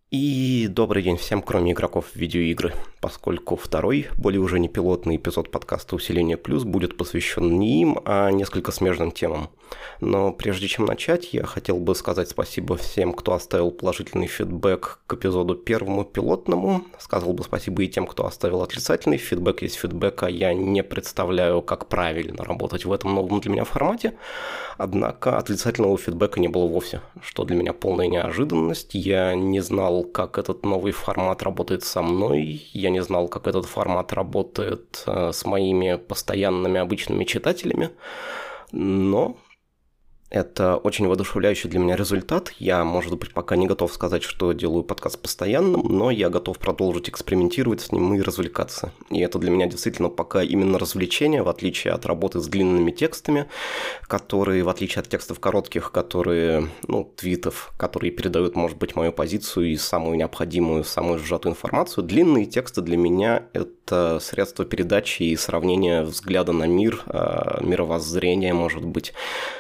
И добрый день всем, кроме игроков в видеоигры, поскольку второй, более уже не пилотный эпизод подкаста «Усиление плюс» будет посвящен не им, а несколько смежным темам. Но прежде чем начать, я хотел бы сказать спасибо всем, кто оставил положительный фидбэк к эпизоду первому пилотному. Сказал бы спасибо и тем, кто оставил отрицательный фидбэк. Есть фидбэк, а я не представляю, как правильно работать в этом новом для меня формате. Однако отрицательного фидбэка не было вовсе, что для меня полная неожиданность. Я не знал, как этот новый формат работает со мной, я не знал, как этот формат работает с моими постоянными обычными читателями, но это очень воодушевляющий для меня результат. Я, может быть, пока не готов сказать, что делаю подкаст постоянным, но я готов продолжить экспериментировать с ним и развлекаться. И это для меня действительно пока именно развлечение, в отличие от работы с длинными текстами, которые, в отличие от текстов коротких, которые, твитов, которые передают, может быть, мою позицию и самую необходимую, самую сжатую информацию, длинные тексты для меня – это средство передачи и сравнения взгляда на мир, мировоззрения, может быть.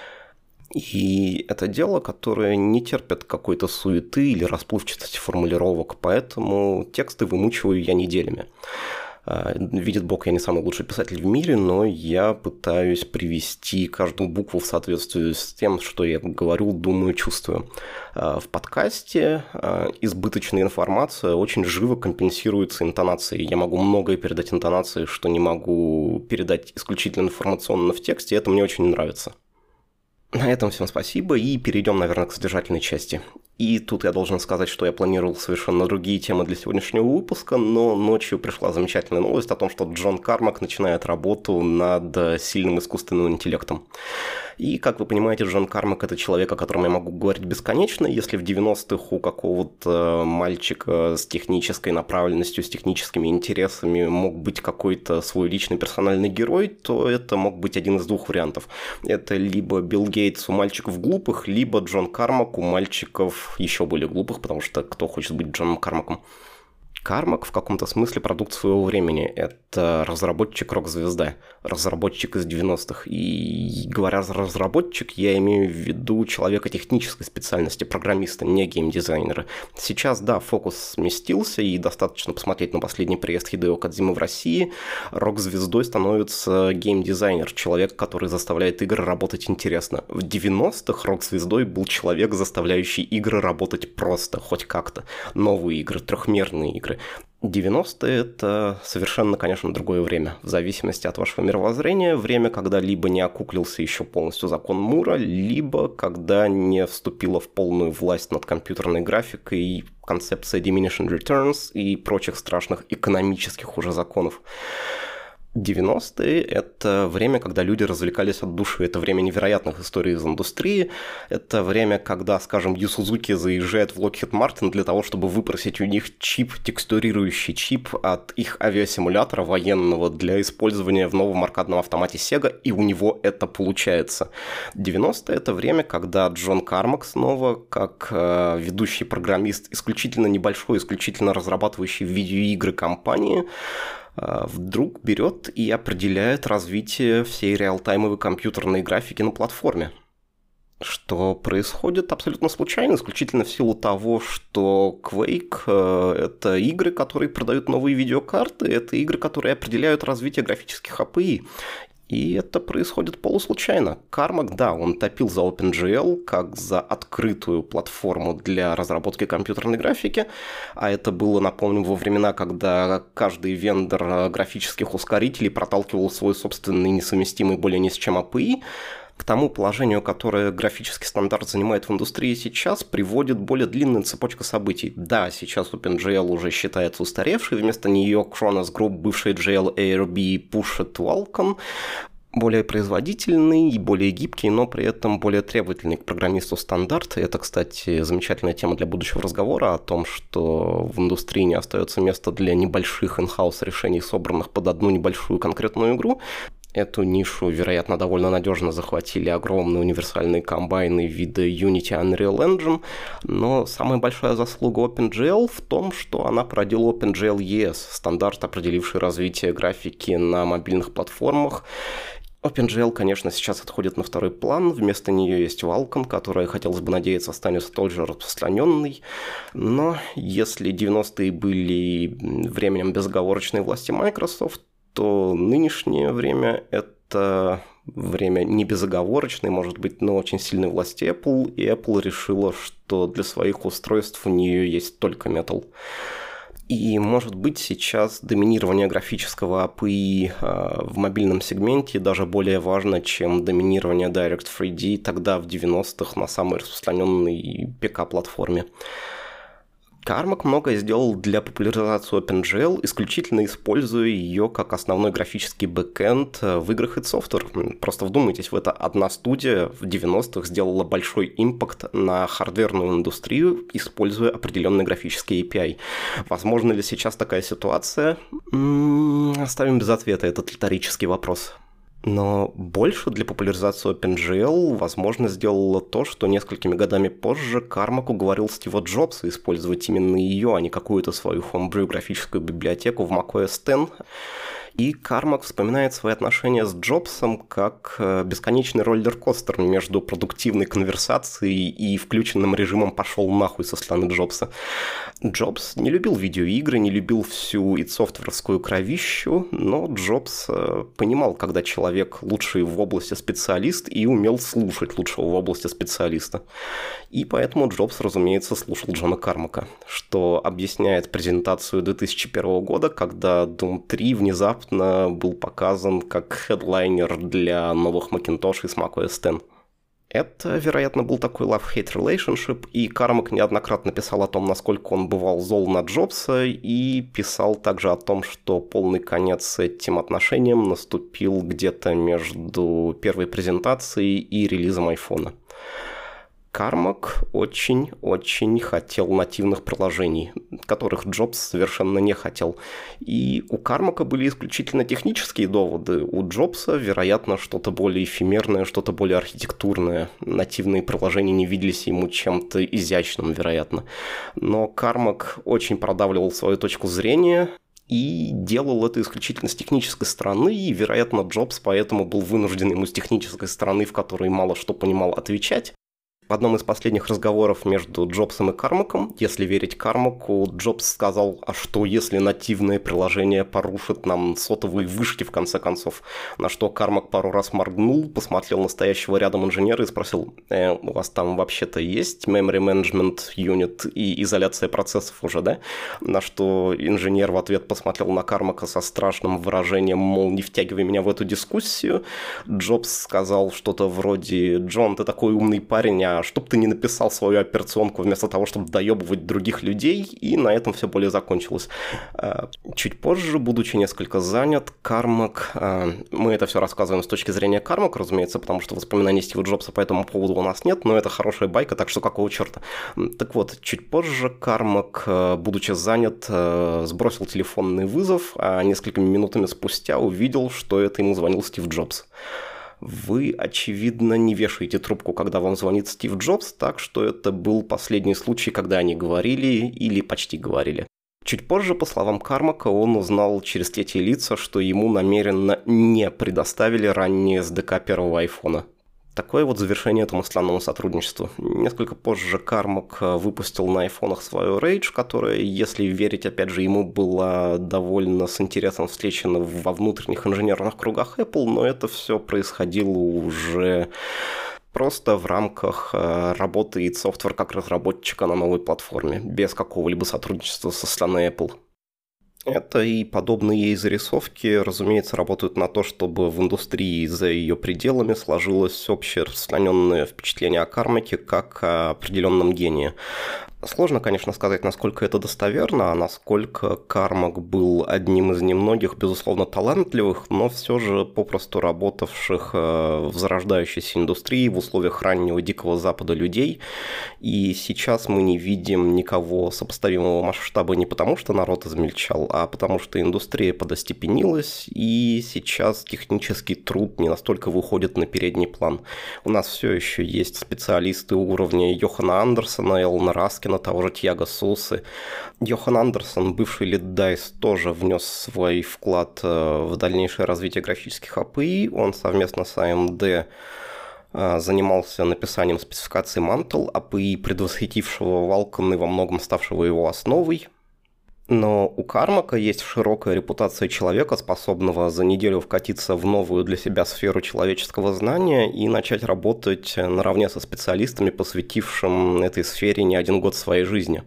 И это дело, которое не терпит какой-то суеты или расплывчатости формулировок, поэтому тексты вымучиваю я неделями. Видит Бог, я не самый лучший писатель в мире, но я пытаюсь привести каждую букву в соответствии с тем, что я говорю, думаю, чувствую. В подкасте избыточная информация очень живо компенсируется интонацией. Я могу многое передать интонацией, что не могу передать исключительно информационно в тексте, и это мне очень нравится. На этом всем спасибо, и перейдем, наверное, к содержательной части. И тут я должен сказать, что я планировал совершенно другие темы для сегодняшнего выпуска, но ночью пришла замечательная новость о том, что Джон Кармак начинает работу над сильным искусственным интеллектом. И, как вы понимаете, Джон Кармак – это человек, о котором я могу говорить бесконечно. Если в 90-х у какого-то мальчика с технической направленностью, с техническими интересами мог быть какой-то свой личный персональный герой, то это мог быть один из двух вариантов. Это либо Билл Гейтс у мальчиков глупых, либо Джон Кармак у мальчиков еще более глупых, потому что кто хочет быть Джоном Кармаком? Кармак в каком-то смысле продукт своего времени. Это разработчик рок-звезда, разработчик из 90-х. И говоря разработчик, я имею в виду человека технической специальности, программиста, не геймдизайнера. Сейчас, да, фокус сместился, и достаточно посмотреть на последний приезд Хидео Кодзимы в России. Рок-звездой становится геймдизайнер, человек, который заставляет игры работать интересно. В 90-х рок-звездой был человек, заставляющий игры работать просто, хоть как-то. Новые игры, трехмерные игры. 90-е – это совершенно, конечно, другое время, в зависимости от вашего мировоззрения. Время, когда либо не окуклился еще полностью закон Мура, либо когда не вступила в полную власть над компьютерной графикой и концепция diminishing returns и прочих страшных экономических уже законов. 90-е – это время, когда люди развлекались от души, это время невероятных историй из индустрии, это время, когда, скажем, Ю Сузуки заезжает в Lockheed Martin для того, чтобы выпросить у них чип, текстурирующий чип от их авиасимулятора военного для использования в новом аркадном автомате Sega, и у него это получается. 90-е – это время, когда Джон Кармак снова, как ведущий программист исключительно небольшой, исключительно разрабатывающий видеоигры компании, вдруг берет и определяет развитие всей реалтаймовой компьютерной графики на платформе. Что происходит абсолютно случайно, исключительно в силу того, что Quake – это игры, которые продают новые видеокарты, это игры, которые определяют развитие графических API. И это происходит полуслучайно. Кармак, да, он топил за OpenGL как за открытую платформу для разработки компьютерной графики, а это было, напомню, во времена, когда каждый вендор графических ускорителей проталкивал свой собственный несовместимый более ни с чем API. К тому положению, которое графический стандарт занимает в индустрии сейчас, приводит более длинная цепочка событий. Да, сейчас OpenGL уже считается устаревшей, вместо нее Kronos Group, бывший GL ARB, пушит Vulkan, более производительный и более гибкий, но при этом более требовательный к программисту стандарт. Это, кстати, замечательная тема для будущего разговора о том, что в индустрии не остается места для небольших in-house решений, собранных под одну небольшую конкретную игру. Эту нишу, вероятно, довольно надежно захватили огромные универсальные комбайны вида Unity и Unreal Engine, но самая большая заслуга OpenGL в том, что она породила OpenGL ES, стандарт, определивший развитие графики на мобильных платформах. OpenGL, конечно, сейчас отходит на второй план. Вместо нее есть Vulkan, которая, хотелось бы надеяться, станет столь же распространенной. Но если 90-е были временем безоговорочной власти Microsoft, то нынешнее время – это время не безоговорочной, может быть, но очень сильной власти Apple, и Apple решила, что для своих устройств у нее есть только Metal. И, может быть, сейчас доминирование графического API в мобильном сегменте даже более важно, чем доминирование Direct 3D тогда в 90-х на самой распространенной ПК-платформе. Carmack многое сделал для популяризации OpenGL, исключительно используя ее как основной графический бэкэнд в играх id Software. Просто вдумайтесь, в это одна студия в 90-х сделала большой импакт на хардверную индустрию, используя определенный графический API. Возможно ли сейчас такая ситуация? Оставим без ответа этот риторический вопрос. Но больше для популяризации OpenGL, возможно, сделало то, что несколькими годами позже Carmack уговорил Стива Джобса использовать именно ее, а не какую-то свою homebrew графическую библиотеку в macOS X. И Carmack вспоминает свои отношения с Джобсом как бесконечный роллер-костер между продуктивной конверсацией и включенным режимом «пошел нахуй» со стороны Джобса. Джобс не любил видеоигры, не любил всю id-софтверскую кровищу, но Джобс понимал, когда человек лучший в области специалист, и умел слушать лучшего в области специалиста. И поэтому Джобс, разумеется, слушал Джона Кармака, что объясняет презентацию 2001 года, когда Doom 3 внезапно был показан как хедлайнер для новых Macintosh и с macOS X. Это, вероятно, был такой love-hate relationship, и Кармак неоднократно писал о том, насколько он бывал зол на Джобса, и писал также о том, что полный конец этим отношениям наступил где-то между первой презентацией и релизом айфона. Кармак очень-очень хотел нативных приложений, которых Джобс совершенно не хотел. И у Кармака были исключительно технические доводы. У Джобса, вероятно, что-то более эфемерное, что-то более архитектурное. Нативные приложения не виделись ему чем-то изящным, вероятно. Но Кармак очень продавливал свою точку зрения и делал это исключительно с технической стороны, и, вероятно, Джобс поэтому был вынужден ему с технической стороны, в которой мало что понимал, отвечать. В одном из последних разговоров между Джобсом и Кармаком, если верить Кармаку, Джобс сказал, а что если нативное приложение порушит нам сотовые вышки в конце концов? На что Кармак пару раз моргнул, посмотрел на стоящего рядом инженера и спросил, у вас там вообще-то есть Memory Management Unit и изоляция процессов уже, да? На что инженер в ответ посмотрел на Кармака со страшным выражением, мол, не втягивай меня в эту дискуссию. Джобс сказал что-то вроде, Джон, ты такой умный парень, а чтоб ты не написал свою операционку вместо того, чтобы доебывать других людей, и на этом все более закончилось. Чуть позже, будучи несколько занят, Кармак, мы это все рассказываем с точки зрения Кармака, разумеется, потому что воспоминаний Стива Джобса по этому поводу у нас нет, но это хорошая байка, так что какого черта. Так вот, чуть позже Кармак, будучи занят, сбросил телефонный вызов, а несколькими минутами спустя увидел, что это ему звонил Стив Джобс. Вы, очевидно, не вешаете трубку, когда вам звонит Стив Джобс, так что это был последний случай, когда они говорили или почти говорили. Чуть позже, по словам Кармака, он узнал через третьи лица, что ему намеренно не предоставили ранние SDK первого айфона. Такое вот завершение этому странному сотрудничеству. Несколько позже Кармак выпустил на айфонах свою Rage, которая, если верить, опять же, ему была довольно с интересом встречена во внутренних инженерных кругах Apple, но это все происходило уже просто в рамках работы id Software как разработчика на новой платформе, без какого-либо сотрудничества со стороны Apple. Это и подобные ей зарисовки, разумеется, работают на то, чтобы в индустрии за ее пределами сложилось общее распространенное впечатление о Кармаке как о определенном гении. Сложно, конечно, сказать, насколько это достоверно, а насколько Кармак был одним из немногих, безусловно, талантливых, но все же попросту работавших в зарождающейся индустрии в условиях раннего Дикого Запада людей. И сейчас мы не видим никого сопоставимого масштаба не потому, что народ измельчал, а потому что индустрия подостепенилась, и сейчас технический труд не настолько выходит на передний план. У нас все еще есть специалисты уровня Йохана Андерсона, Эллена Раскина, Ласкина, того же Тьяго Сусы. Йохан Андерсон, бывший Lead Dice, тоже внес свой вклад в дальнейшее развитие графических API. Он совместно с AMD занимался написанием спецификации Mantle, API, предвосхитившего Vulkan и во многом ставшего его основой. Но у Кармака есть широкая репутация человека, способного за неделю вкатиться в новую для себя сферу человеческого знания и начать работать наравне со специалистами, посвятившим этой сфере не один год своей жизни.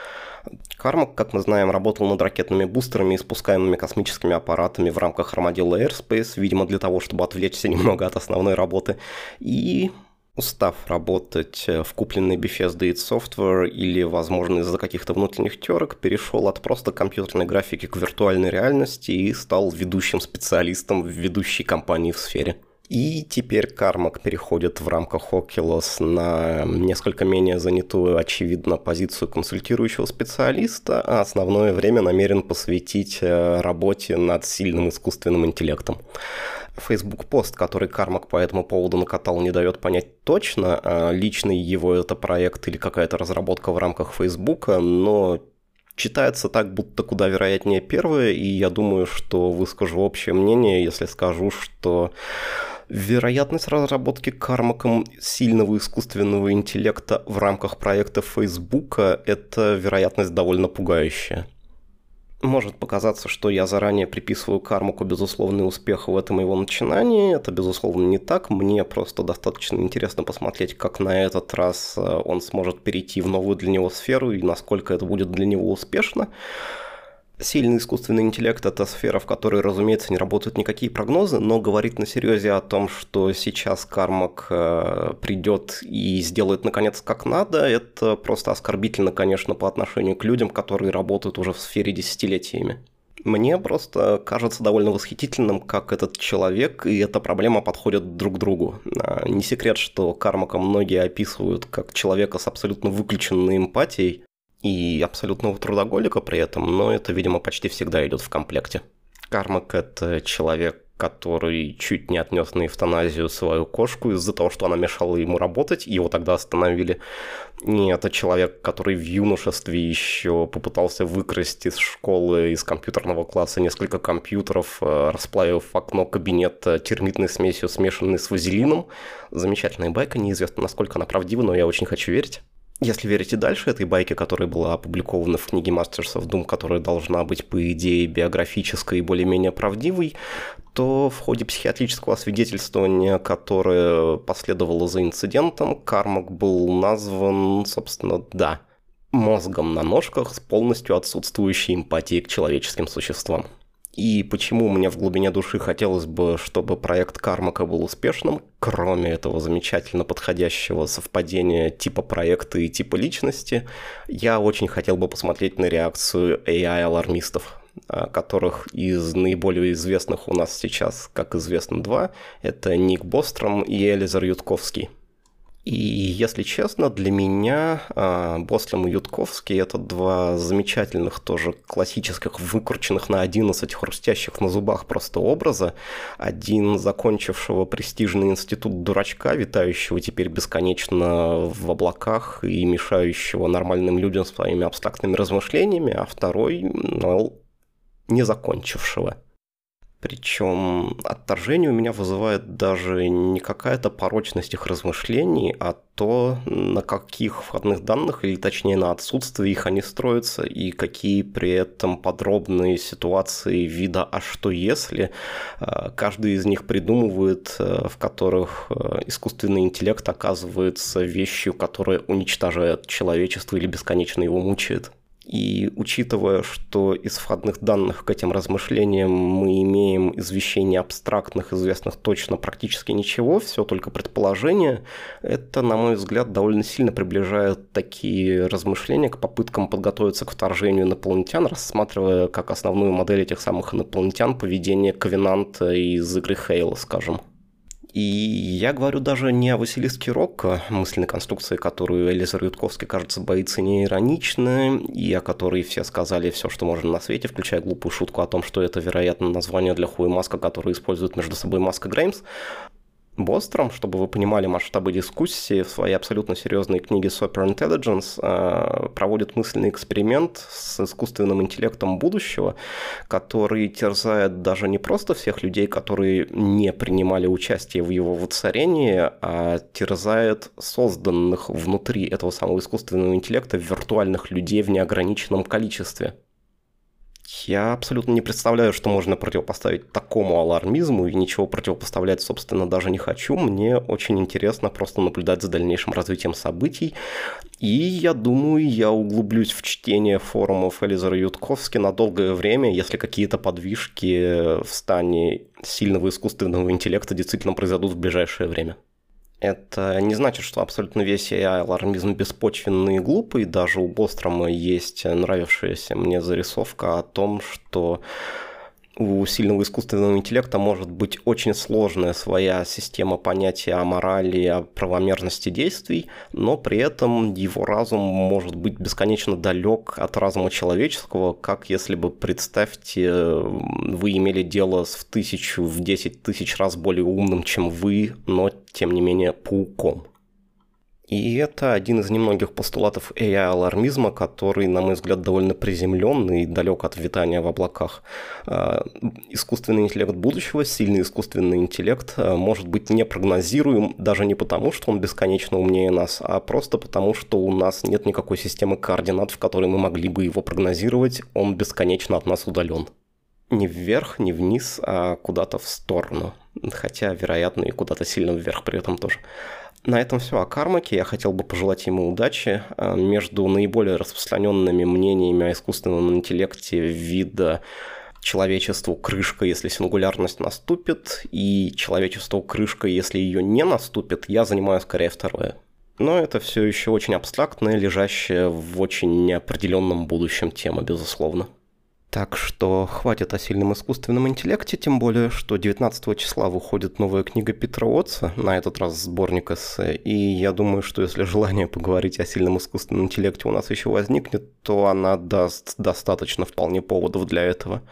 Кармак, как мы знаем, работал над ракетными бустерами и спускаемыми космическими аппаратами в рамках Armadillo Airspace, видимо, для того, чтобы отвлечься немного от основной работы, и... устав работать в купленной Bethesda id Software или, возможно, из-за каких-то внутренних терок, перешел от просто компьютерной графики к виртуальной реальности и стал ведущим специалистом в ведущей компании в сфере. И теперь Кармак переходит в рамках Oculus на несколько менее занятую, очевидно, позицию консультирующего специалиста, а основное время намерен посвятить работе над сильным искусственным интеллектом. Facebook-пост, который Кармак по этому поводу накатал, не дает понять точно, личный его это проект или какая-то разработка в рамках Facebook, но читается так, будто куда вероятнее первое, и я думаю, что выскажу общее мнение, если скажу, что вероятность разработки Кармаком сильного искусственного интеллекта в рамках проекта Facebook – это вероятность довольно пугающая. Может показаться, что я заранее приписываю Кармаку безусловный успех в этом его начинании. Это, безусловно, не так. Мне просто достаточно интересно посмотреть, как на этот раз он сможет перейти в новую для него сферу и насколько это будет для него успешно. Сильный искусственный интеллект – это сфера, в которой, разумеется, не работают никакие прогнозы, но говорить на серьезе о том, что сейчас Кармак придет и сделает наконец как надо, это просто оскорбительно, конечно, по отношению к людям, которые работают уже в сфере десятилетиями. Мне просто кажется довольно восхитительным, как этот человек и эта проблема подходят друг к другу. Не секрет, что Кармака многие описывают как человека с абсолютно выключенной эмпатией, и абсолютного трудоголика при этом, но это, видимо, почти всегда идет в комплекте. Кармак – это человек, который чуть не отнес на эвтаназию свою кошку из-за того, что она мешала ему работать, его тогда остановили. И это человек, который в юношестве еще попытался выкрасть из школы, из компьютерного класса несколько компьютеров, расплавив окно кабинета термитной смесью, смешанной с вазелином. Замечательная байка, неизвестно, насколько она правдива, но я очень хочу верить. Если верить и дальше этой байке, которая была опубликована в книге Masters of Doom, которая должна быть, по идее, биографической и более-менее правдивой, то в ходе психиатрического освидетельствования, которое последовало за инцидентом, Кармак был назван, собственно, мозгом на ножках с полностью отсутствующей эмпатией к человеческим существам. И почему мне в глубине души хотелось бы, чтобы проект Кармака был успешным, кроме этого замечательно подходящего совпадения типа проекта и типа личности, я очень хотел бы посмотреть на реакцию AI-алармистов, которых из наиболее известных у нас сейчас, как известно, два, это Ник Бостром и Элизар Ютковский. И, если честно, для меня Бостром и Ютковский – это два замечательных, тоже классических, выкрученных на 11, хрустящих на зубах просто образа. Один закончившего престижный институт дурачка, витающего теперь бесконечно в облаках и мешающего нормальным людям своими абстрактными размышлениями, а второй, не закончившего. Причем отторжение у меня вызывает даже не какая-то порочность их размышлений, а то, на каких входных данных, или точнее на отсутствие их они строятся, и какие при этом подробные ситуации вида «а что если» каждый из них придумывает, в которых искусственный интеллект оказывается вещью, которая уничтожает человечество или бесконечно его мучает. И учитывая, что из входных данных к этим размышлениям мы имеем из вещей не абстрактных, известных точно практически ничего, все только предположения, это, на мой взгляд, довольно сильно приближает такие размышления к попыткам подготовиться к вторжению инопланетян, рассматривая как основную модель этих самых инопланетян поведение Ковенанта из игры Halo, скажем. И я говорю даже не о Василиске Рокко, мысленной конструкции, которую Элизар Ютковский, кажется, боится не иронично, и о которой все сказали все, что можно на свете, включая глупую шутку о том, что это, вероятно, название для хуемаска, который используют между собой Маск и Греймс. Бостром, чтобы вы понимали масштабы дискуссии, в своей абсолютно серьезной книге Superintelligence проводит мысленный эксперимент с искусственным интеллектом будущего, который терзает даже не просто всех людей, которые не принимали участие в его воцарении, а терзает созданных внутри этого самого искусственного интеллекта виртуальных людей в неограниченном количестве. Я абсолютно не представляю, что можно противопоставить такому алармизму, и ничего противопоставлять, собственно, даже не хочу. Мне очень интересно просто наблюдать за дальнейшим развитием событий. И я думаю, я углублюсь в чтение форумов Элизера Ютковски на долгое время, если какие-то подвижки в стане сильного искусственного интеллекта действительно произойдут в ближайшее время. Это не значит, что абсолютно весь AI-алармизм беспочвенный и глупый. Даже у Бострома есть нравившаяся мне зарисовка о том, что у сильного искусственного интеллекта может быть очень сложная своя система понятия о морали, о правомерности действий, но при этом его разум может быть бесконечно далек от разума человеческого, как если бы, представьте, вы имели дело с в 10 тысяч раз более умным, чем вы, но, тем не менее, пауком. И это один из немногих постулатов AI-алармизма, который, на мой взгляд, довольно приземленный и далек от витания в облаках. Искусственный интеллект будущего, сильный искусственный интеллект, может быть непрогнозируем даже не потому, что он бесконечно умнее нас, а просто потому, что у нас нет никакой системы координат, в которой мы могли бы его прогнозировать, он бесконечно от нас удален. Не вверх, не вниз, а куда-то в сторону. Хотя, вероятно, и куда-то сильно вверх при этом тоже. На этом все о Кармаке. Я хотел бы пожелать ему удачи. Между наиболее распространенными мнениями о искусственном интеллекте вида человечеству крышка, если сингулярность наступит, и человечеству крышка, если ее не наступит, я занимаю скорее второе. Но это все еще очень абстрактная, лежащая в очень неопределенном будущем тема, безусловно. Так что хватит о сильном искусственном интеллекте, тем более, что 19 числа выходит новая книга Питера Уотса, на этот раз сборник эссе, и я думаю, что если желание поговорить о сильном искусственном интеллекте у нас еще возникнет, то она даст достаточно вполне поводов для этого.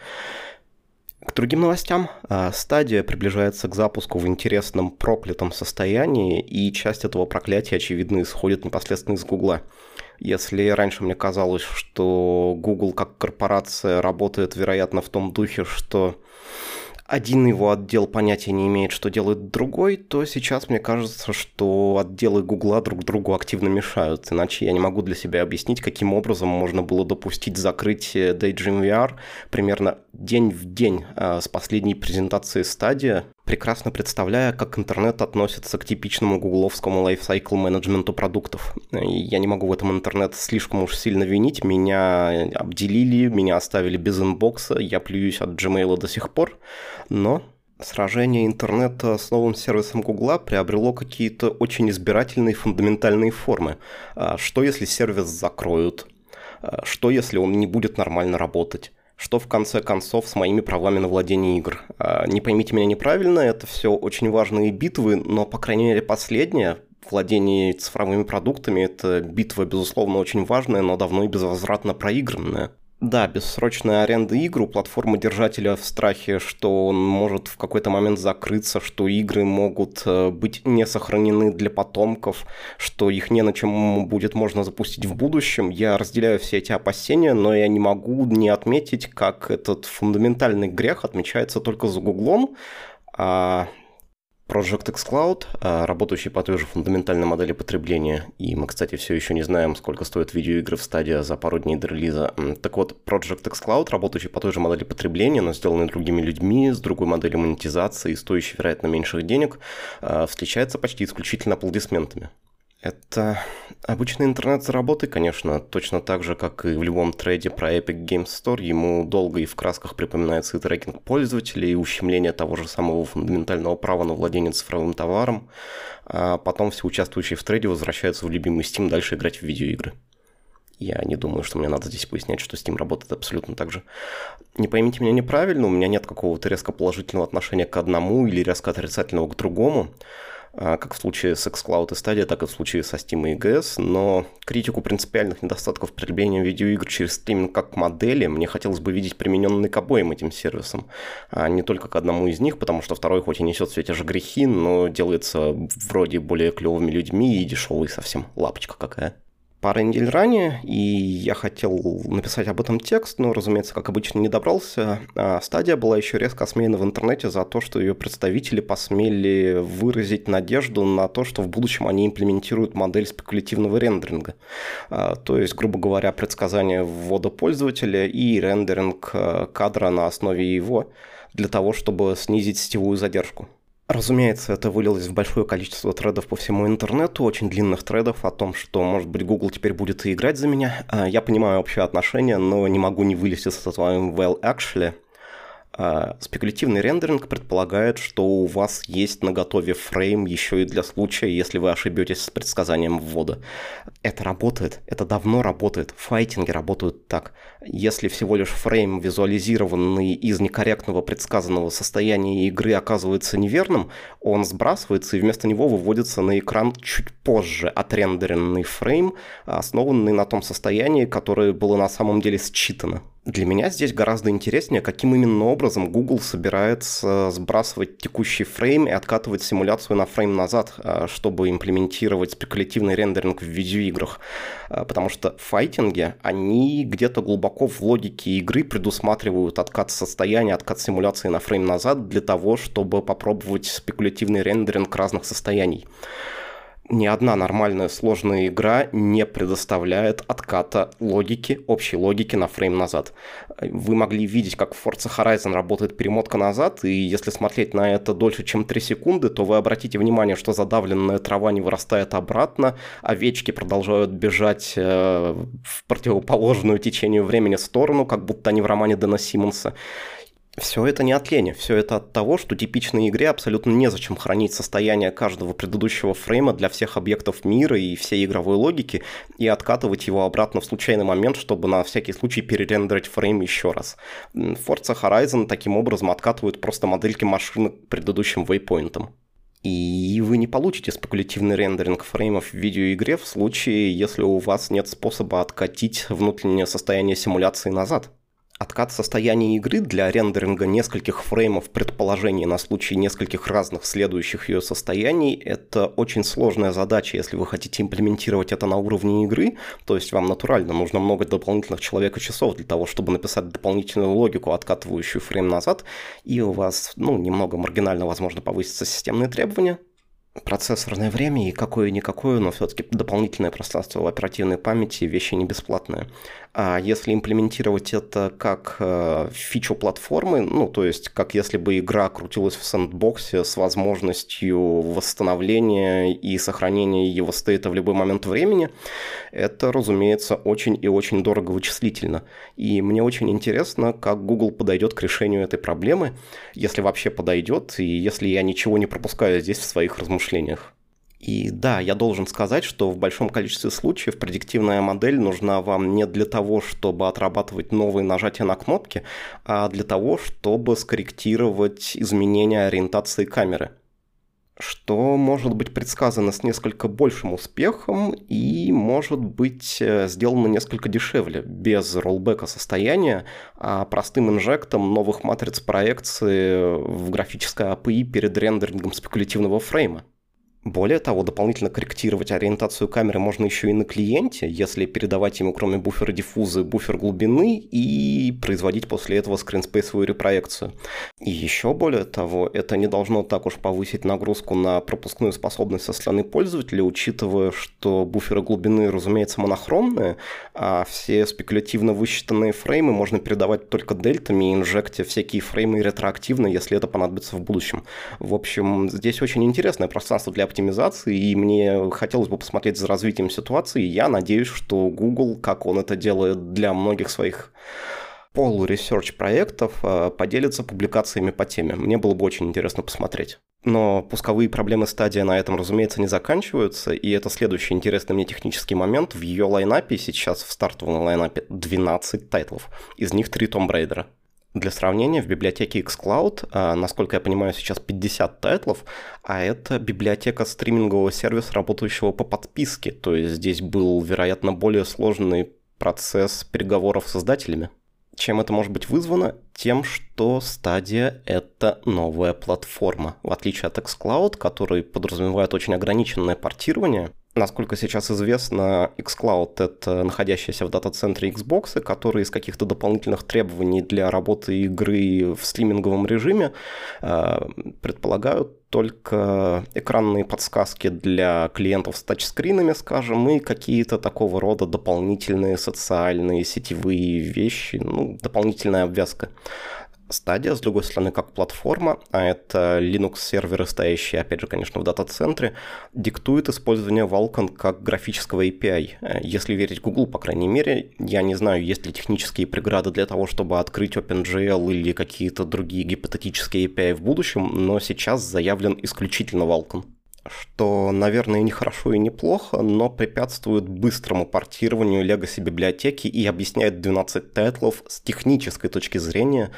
К другим новостям. Стадия приближается к запуску в интересном проклятом состоянии, и часть этого проклятия, очевидно, исходит непосредственно из Гугла. Если раньше мне казалось, что Google как корпорация работает, вероятно, в том духе, что один его отдел понятия не имеет, что делает другой, то сейчас мне кажется, что отделы Гугла друг другу активно мешают. Иначе я не могу для себя объяснить, каким образом можно было допустить закрытие Daydream VR примерно день в день с последней презентации Stadia, прекрасно представляя, как интернет относится к типичному гугловскому лайфсайкл менеджменту продуктов. Я не могу в этом интернет слишком уж сильно винить. Меня обделили, меня оставили без инбокса, я плююсь от Gmail до сих пор. Но сражение интернета с новым сервисом Гугла приобрело какие-то очень избирательные фундаментальные формы. Что если сервис закроют? Что если он не будет нормально работать? Что в конце концов с моими правами на владение игр? Не поймите меня неправильно, это все очень важные битвы, но, по крайней мере, последняя, владение цифровыми продуктами, это битва, безусловно, очень важная, но давно и безвозвратно проигранная. Да, бессрочная аренда игр у платформы-держателя в страхе, что он может в какой-то момент закрыться, что игры могут быть не сохранены для потомков, что их не на чем будет можно запустить в будущем. Я разделяю все эти опасения, но я не могу не отметить, как этот фундаментальный грех отмечается только за Гуглом, а Project xCloud, работающий по той же фундаментальной модели потребления, и мы, кстати, все еще не знаем, сколько стоят видеоигры в Stadia за пару дней до релиза. Так вот, Project xCloud, работающий по той же модели потребления, но сделанный другими людьми, с другой моделью монетизации и стоящий, вероятно, меньших денег, встречается почти исключительно аплодисментами. Это обычный интернет за работой, конечно, точно так же, как и в любом трейде про Epic Games Store, ему долго и в красках припоминается и трекинг пользователей, и ущемление того же самого фундаментального права на владение цифровым товаром, а потом все участвующие в трейде возвращаются в любимый Steam дальше играть в видеоигры. Я не думаю, что мне надо здесь пояснять, что Steam работает абсолютно так же. Не поймите меня неправильно, у меня нет какого-то резко положительного отношения к одному или резко отрицательного к другому. как в случае с xCloud и Stadia, так и в случае со Steam и EGS, но критику принципиальных недостатков потребления видеоигр через стриминг как модели мне хотелось бы видеть примененной к обоим этим сервисам, а не только к одному из них, потому что второй хоть и несет все те же грехи, но делается вроде более клевыми людьми и дешевый совсем, лапочка какая. Пару недель ранее, и я хотел написать об этом текст, но, разумеется, как обычно, не добрался. Stadia была еще резко осмеяна в интернете за то, что ее представители посмели выразить надежду на то, что в будущем они имплементируют модель спекулятивного рендеринга. То есть, грубо говоря, предсказание ввода пользователя и рендеринг кадра на основе его для того, чтобы снизить сетевую задержку. Разумеется, это вылилось в большое количество тредов по всему интернету, очень длинных тредов о том, что, может быть, Google теперь будет и играть за меня. Я понимаю общее отношение, но не могу не вылезти со своим well actually. Спекулятивный рендеринг предполагает, что у вас есть наготове фрейм еще и для случая, если вы ошибетесь с предсказанием ввода. Это работает, это давно работает, файтинги работают так. Если всего лишь фрейм, визуализированный из некорректного предсказанного состояния игры, оказывается неверным, он сбрасывается и вместо него выводится на экран чуть позже отрендеренный фрейм, основанный на том состоянии, которое было на самом деле считано. Для меня здесь гораздо интереснее, каким именно образом Google собирается сбрасывать текущий фрейм и откатывать симуляцию на фрейм назад, чтобы имплементировать спекулятивный рендеринг в видеоиграх. Потому что файтинги, они где-то глубоко в логике игры предусматривают откат состояния, откат симуляции на фрейм назад для того, чтобы попробовать спекулятивный рендеринг разных состояний. Ни одна нормальная сложная игра не предоставляет отката логики, общей логики на фрейм назад. Вы могли видеть, как в Forza Horizon работает перемотка назад, и если смотреть на это дольше, чем 3 секунды, то вы обратите внимание, что задавленная трава не вырастает обратно, овечки продолжают бежать в противоположную течению времени сторону, как будто они в романе Дэна Симмонса. Все это не от лени, все это от того, что типичной игре абсолютно незачем хранить состояние каждого предыдущего фрейма для всех объектов мира и всей игровой логики и откатывать его обратно в случайный момент, чтобы на всякий случай перерендерить фрейм еще раз. Forza Horizon таким образом откатывают просто модельки машины к предыдущим вейпоинтам. И вы не получите спекулятивный рендеринг фреймов в видеоигре в случае, если у вас нет способа откатить внутреннее состояние симуляции назад. Откат состояния игры для рендеринга нескольких фреймов предположений на случай нескольких разных следующих ее состояний – это очень сложная задача, если вы хотите имплементировать это на уровне игры, то есть вам натурально нужно много дополнительных человека-часов для того, чтобы написать дополнительную логику, откатывающую фрейм назад, и у вас, немного маргинально, возможно, повысятся системные требования. Процессорное время и какое-никакое, но все-таки дополнительное пространство в оперативной памяти – вещи не бесплатные. А если имплементировать это как фичу платформы, то есть как если бы игра крутилась в сэндбоксе с возможностью восстановления и сохранения его стейта в любой момент времени, это, разумеется, очень и очень дорого вычислительно. И мне очень интересно, как Google подойдет к решению этой проблемы, если вообще подойдет, и если я ничего не пропускаю здесь в своих размышлениях. И да, я должен сказать, что в большом количестве случаев предиктивная модель нужна вам не для того, чтобы отрабатывать новые нажатия на кнопки, а для того, чтобы скорректировать изменения ориентации камеры. Что может быть предсказано с несколько большим успехом и может быть сделано несколько дешевле, без роллбека состояния, а простым инжектом новых матриц проекции в графическое API перед рендерингом спекулятивного фрейма. Более того, дополнительно корректировать ориентацию камеры можно еще и на клиенте, если передавать ему кроме буфера диффуза буфер глубины и производить после этого скринспейсовую репроекцию. И еще более того, это не должно так уж повысить нагрузку на пропускную способность со стороны пользователя, учитывая, что буферы глубины, разумеется, монохромные, а все спекулятивно высчитанные фреймы можно передавать только дельтами и инжектя всякие фреймы ретроактивно, если это понадобится в будущем. В общем, здесь очень интересное пространство для оптимизации, и мне хотелось бы посмотреть за развитием ситуации. Я надеюсь, что Google, как он это делает для многих своих полуресерч проектов, поделится публикациями по теме. Мне было бы очень интересно посмотреть. Но пусковые проблемы Stadia на этом, разумеется, не заканчиваются, и это следующий интересный мне технический момент. В ее лайнапе сейчас, в стартовом лайнапе, 12 тайтлов. Из них 3 Tomb Raider. Для сравнения, в библиотеке xCloud, насколько я понимаю, сейчас 50 тайтлов, а это библиотека стримингового сервиса, работающего по подписке. То есть здесь был, вероятно, более сложный процесс переговоров с создателями. Чем это может быть вызвано? Тем, что Stadia — это новая платформа. В отличие от xCloud, который подразумевает очень ограниченное портирование. Насколько сейчас известно, xCloud — это находящиеся в дата-центре Xbox, которые из каких-то дополнительных требований для работы игры в стриминговом режиме предполагают только экранные подсказки для клиентов с тачскринами, скажем, и какие-то такого рода дополнительные социальные сетевые вещи, дополнительная обвязка. Stadia, с другой стороны, как платформа, а это Linux-серверы, стоящие, опять же, конечно, в дата-центре, диктует использование Vulkan как графического API. Если верить Google, по крайней мере, я не знаю, есть ли технические преграды для того, чтобы открыть OpenGL или какие-то другие гипотетические API в будущем, но сейчас заявлен исключительно Vulkan. Что, наверное, не хорошо и не плохо, но препятствует быстрому портированию Legacy библиотеки и объясняет 12 тайтлов с технической точки зрения.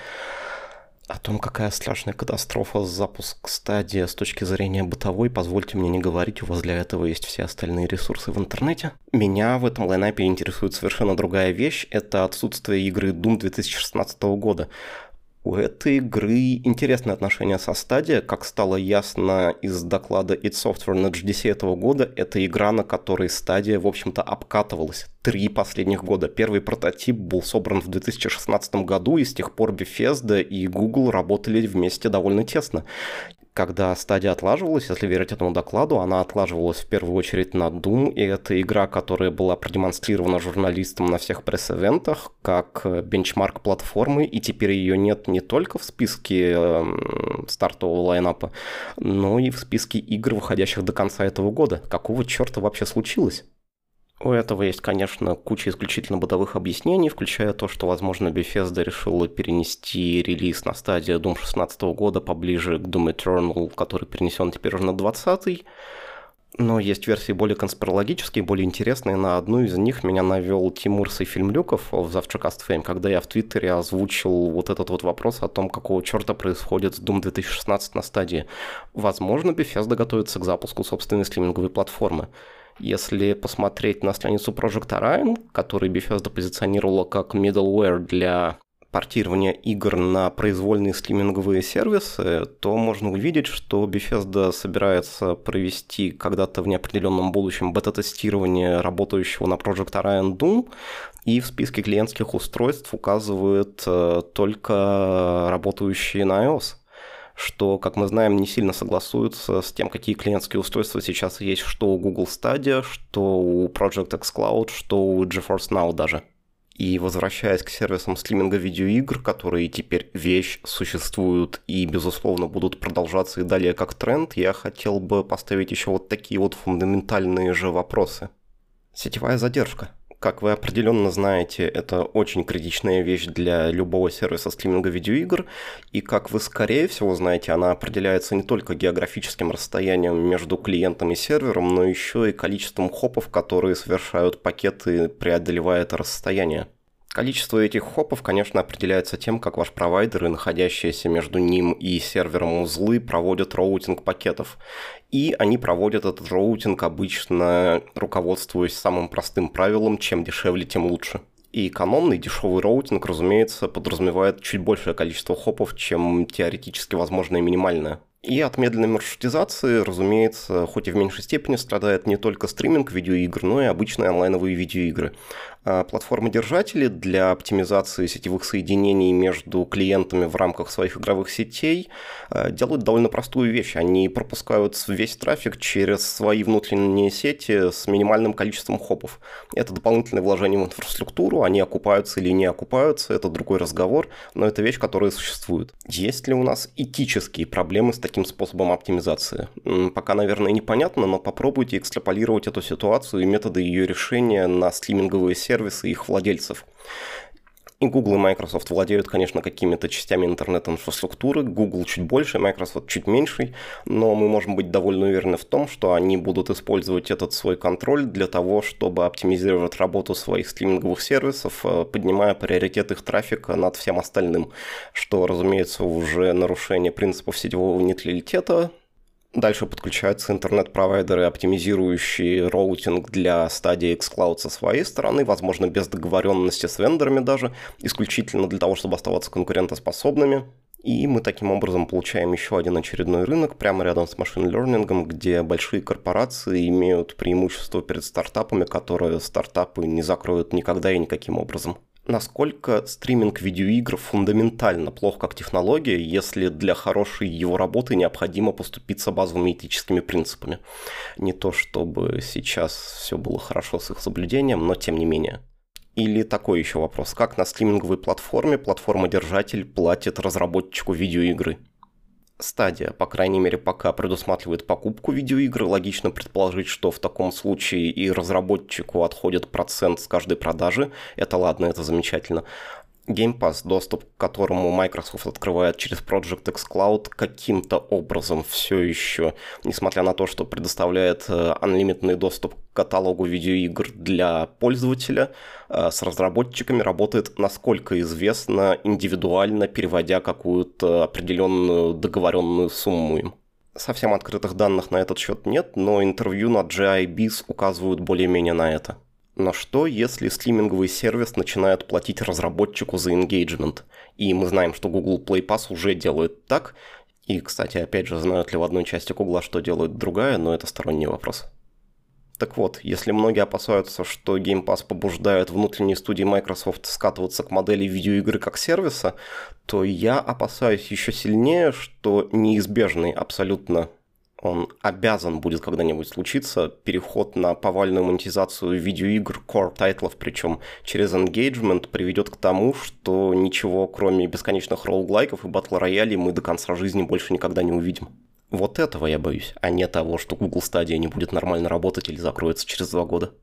О том, какая страшная катастрофа запуск Stadia с точки зрения бытовой, позвольте мне не говорить, у вас для этого есть все остальные ресурсы в интернете. Меня в этом лайнапе интересует совершенно другая вещь, это отсутствие игры Doom 2016 года. У этой игры интересные отношения со Stadia. Как стало ясно из доклада id Software на GDC этого года, это игра, на которой Stadia, в общем-то, обкатывалась 3 последних года. Первый прототип был собран в 2016 году, и с тех пор Bethesda и Google работали вместе довольно тесно. Когда Stadia отлаживалась, если верить этому докладу, она отлаживалась в первую очередь на Doom, и это игра, которая была продемонстрирована журналистам на всех пресс-эвентах как бенчмарк платформы, и теперь ее нет не только в списке стартового лайнапа, но и в списке игр, выходящих до конца этого года. Какого черта вообще случилось? У этого есть, конечно, куча исключительно бытовых объяснений, включая то, что, возможно, Bethesda решила перенести релиз на Stadia Doom 2016 года поближе к Doom Eternal, который перенесен теперь уже на 20-й. Но есть версии более конспирологические, более интересные. На одну из них меня навел Тимур Сайфильмлюков в Завтракаст Fame, когда я в Твиттере озвучил вот этот вот вопрос о том, какого черта происходит с Doom 2016 на Stadia. Возможно, Bethesda готовится к запуску собственной стриминговой платформы. Если посмотреть на страницу Project Orion, который Bethesda позиционировала как middleware для портирования игр на произвольные стриминговые сервисы, то можно увидеть, что Bethesda собирается провести когда-то в неопределенном будущем бета-тестирование работающего на Project Orion Doom, и в списке клиентских устройств указывает только работающие на iOS, что, как мы знаем, не сильно согласуется с тем, какие клиентские устройства сейчас есть что у Google Stadia, что у Project xCloud, что у GeForce Now даже. И возвращаясь к сервисам стриминга видеоигр, которые теперь вещь, существуют и, безусловно, будут продолжаться и далее как тренд, я хотел бы поставить еще вот такие вот фундаментальные же вопросы. Сетевая задержка. Как вы определенно знаете, это очень критичная вещь для любого сервиса стриминга видеоигр, и как вы скорее всего знаете, она определяется не только географическим расстоянием между клиентом и сервером, но еще и количеством хопов, которые совершают пакеты, преодолевая это расстояние. Количество этих хопов, конечно, определяется тем, как ваш провайдер и находящиеся между ним и сервером узлы проводят роутинг пакетов. И они проводят этот роутинг обычно руководствуясь самым простым правилом: чем дешевле, тем лучше. И экономный дешевый роутинг, разумеется, подразумевает чуть большее количество хопов, чем теоретически возможное минимальное. И от медленной маршрутизации, разумеется, хоть и в меньшей степени страдает не только стриминг видеоигр, но и обычные онлайновые видеоигры. Платформодержатели для оптимизации сетевых соединений между клиентами в рамках своих игровых сетей делают довольно простую вещь. Они пропускают весь трафик через свои внутренние сети с минимальным количеством хопов. Это дополнительное вложение в инфраструктуру, они окупаются или не окупаются, это другой разговор, но это вещь, которая существует. Есть ли у нас этические проблемы с таким способом оптимизации? Пока, наверное, непонятно, но попробуйте экстраполировать эту ситуацию и методы ее решения на стриминговые сервисы и их владельцев. И Google и Microsoft владеют, конечно, какими-то частями интернет-инфраструктуры. Google чуть больше, Microsoft чуть меньше, но мы можем быть довольно уверены в том, что они будут использовать этот свой контроль для того, чтобы оптимизировать работу своих стриминговых сервисов, поднимая приоритет их трафика над всем остальным, что, разумеется, уже нарушение принципов сетевого нейтралитета. Дальше подключаются интернет-провайдеры, оптимизирующие роутинг для стадии xCloud со своей стороны, возможно, без договоренности с вендорами даже, исключительно для того, чтобы оставаться конкурентоспособными. И мы таким образом получаем еще один очередной рынок прямо рядом с машин-лернингом, где большие корпорации имеют преимущество перед стартапами, которые стартапы не закроют никогда и никаким образом. Насколько стриминг видеоигр фундаментально плох как технология, если для хорошей его работы необходимо поступиться базовыми этическими принципами? Не то чтобы сейчас все было хорошо с их соблюдением, но тем не менее. Или такой еще вопрос. Как на стриминговой платформе платформодержатель платит разработчику видеоигры? Стадия, по крайней мере, пока предусматривает покупку видеоигр, логично предположить, что в таком случае и разработчику отходит процент с каждой продажи. Это ладно, это замечательно. Game Pass, доступ к которому Microsoft открывает через Project xCloud, каким-то образом все еще, несмотря на то, что предоставляет unlimitedный доступ к каталогу видеоигр для пользователя, с разработчиками работает, насколько известно, индивидуально, переводя какую-то определенную договоренную сумму им. Совсем открытых данных на этот счет нет, но интервью на GIBiz указывают более-менее на это. Но что, если стриминговый сервис начинает платить разработчику за engagement? И мы знаем, что Google Play Pass уже делает так. И, кстати, опять же, знают ли в одной части Google, что делает другая, но это сторонний вопрос. Так вот, если многие опасаются, что Game Pass побуждает внутренние студии Microsoft скатываться к модели видеоигры как сервиса, то я опасаюсь еще сильнее, что неизбежный абсолютно он обязан будет когда-нибудь случиться, переход на повальную монетизацию видеоигр, core-тайтлов, причем через engagement, приведет к тому, что ничего, кроме бесконечных роуглайков и батл-роялей, мы до конца жизни больше никогда не увидим. Вот этого я боюсь, а не того, что Google Stadia не будет нормально работать или закроется через 2 года.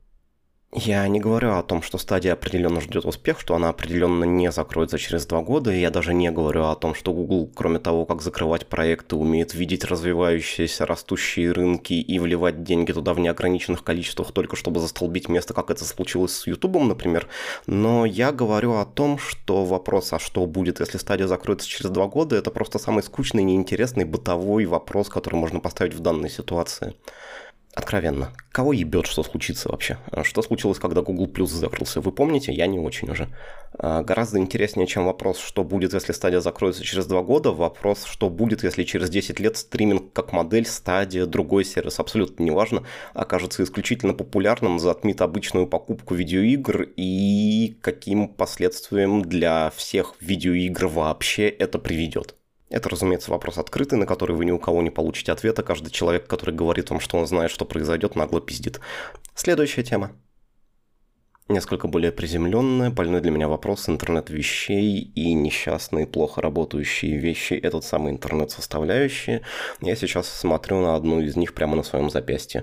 Я не говорю о том, что Stadia определенно ждет успех, что она определенно не закроется через 2 года, и я даже не говорю о том, что Google, кроме того, как закрывать проекты, умеет видеть развивающиеся растущие рынки и вливать деньги туда в неограниченных количествах, только чтобы застолбить место, как это случилось с YouTube, например. Но я говорю о том, что вопрос, а что будет, если Stadia закроется через 2 года, это просто самый скучный, неинтересный бытовой вопрос, который можно поставить в данной ситуации. Откровенно, кого ебет, что случится вообще? Что случилось, когда Google Plus закрылся? Вы помните? Я не очень уже. Гораздо интереснее, чем вопрос, что будет, если Stadia закроется через 2 года, вопрос, что будет, если через 10 лет стриминг как модель, Stadia, другой сервис, абсолютно неважно, окажется исключительно популярным, затмит обычную покупку видеоигр и каким последствиям для всех видеоигр вообще это приведет. Это, разумеется, вопрос открытый, на который вы ни у кого не получите ответа. Каждый человек, который говорит вам, что он знает, что произойдет, нагло пиздит. Следующая тема. Несколько более приземленная, больной для меня вопрос интернет вещей и несчастные, плохо работающие вещи, этот самый интернет-составляющие. Я сейчас смотрю на одну из них прямо на своем запястье.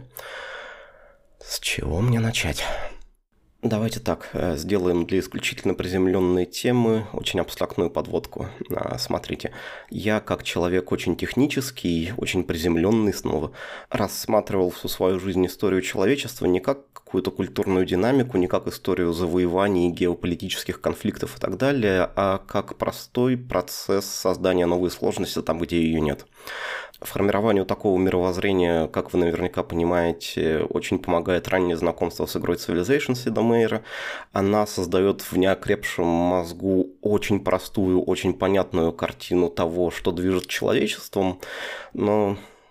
С чего мне начать? Давайте так, сделаем для исключительно приземленной темы очень абстрактную подводку. Смотрите, я как человек очень технический, очень приземленный снова, рассматривал всю свою жизнь историю человечества не как какую-то культурную динамику, не как историю завоеваний, геополитических конфликтов и так далее, а как простой процесс создания новой сложности там, где ее нет. Формированию такого мировоззрения, как вы наверняка понимаете, очень помогает раннее знакомство с игрой Civilization Sid Meier'a. Она создает в неокрепшем мозгу очень простую, очень понятную картину того, что движет человечеством, но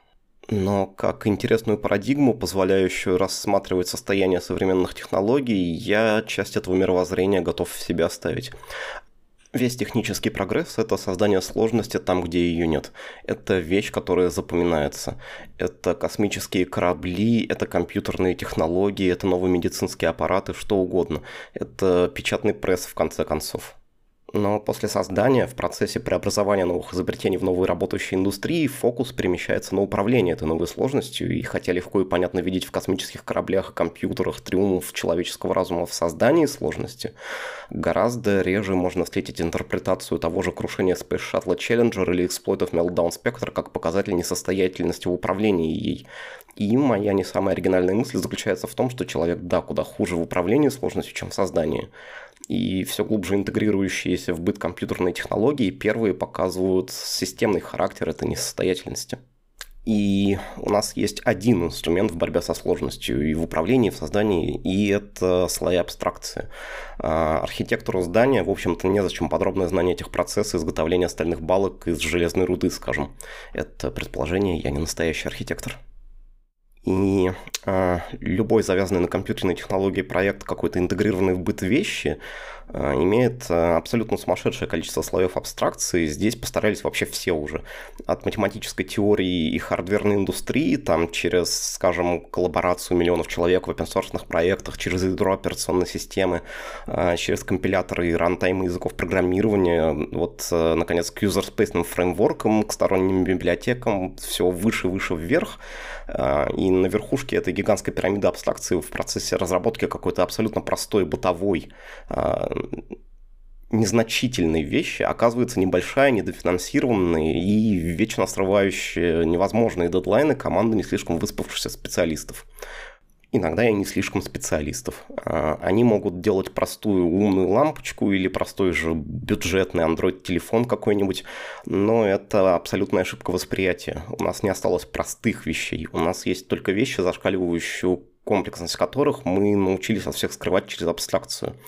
как интересную парадигму, позволяющую рассматривать состояние современных технологий, я часть этого мировоззрения готов в себе оставить. Весь технический прогресс – это создание сложности там, где ее нет. Это вещь, которая запоминается. Это космические корабли, это компьютерные технологии, это новые медицинские аппараты, что угодно. Это печатный пресс, в конце концов. Но после создания, в процессе преобразования новых изобретений в новые работающие индустрии, фокус перемещается на управление этой новой сложностью, и хотя легко и понятно видеть в космических кораблях и компьютерах триумф человеческого разума в создании сложности, гораздо реже можно встретить интерпретацию того же крушения Space Shuttle Challenger или эксплойтов Meltdown Spectre как показатель несостоятельности в управлении ей. И моя не самая оригинальная мысль заключается в том, что человек, да, куда хуже в управлении сложностью, чем в создании. И все глубже интегрирующиеся в быт компьютерные технологии первые показывают системный характер этой несостоятельности. И у нас есть один инструмент в борьбе со сложностью и в управлении, и в создании, и это слои абстракции. Архитектору здания, в общем-то, незачем подробное знание этих процессов изготовления стальных балок из железной руды, скажем. Это предположение, я не настоящий архитектор. И любой завязанный на компьютерной технологии проект, какой-то интегрированный в быт вещи, имеет абсолютно сумасшедшее количество слоев абстракции. Здесь постарались вообще все уже. От математической теории и хардверной индустрии, там, через, скажем, коллаборацию миллионов человек в open-source проектах, через ядро операционной системы, через компиляторы и рантаймы языков программирования, вот, наконец, к юзерспейсным фреймворкам, к сторонним библиотекам, все выше, выше, вверх. И на верхушке этой гигантской пирамиды абстракции в процессе разработки какой-то абсолютно простой, бытовой, незначительной вещи оказывается небольшая, недофинансированная и вечно срывающая невозможные дедлайны команда не слишком выспавшихся специалистов. Иногда и не слишком специалистов. Они могут делать простую умную лампочку или простой же бюджетный Android-телефон какой-нибудь, но это абсолютная ошибка восприятия. У нас не осталось простых вещей. У нас есть только вещи, зашкаливающую комплексность которых мы научились от всех скрывать через абстракцию.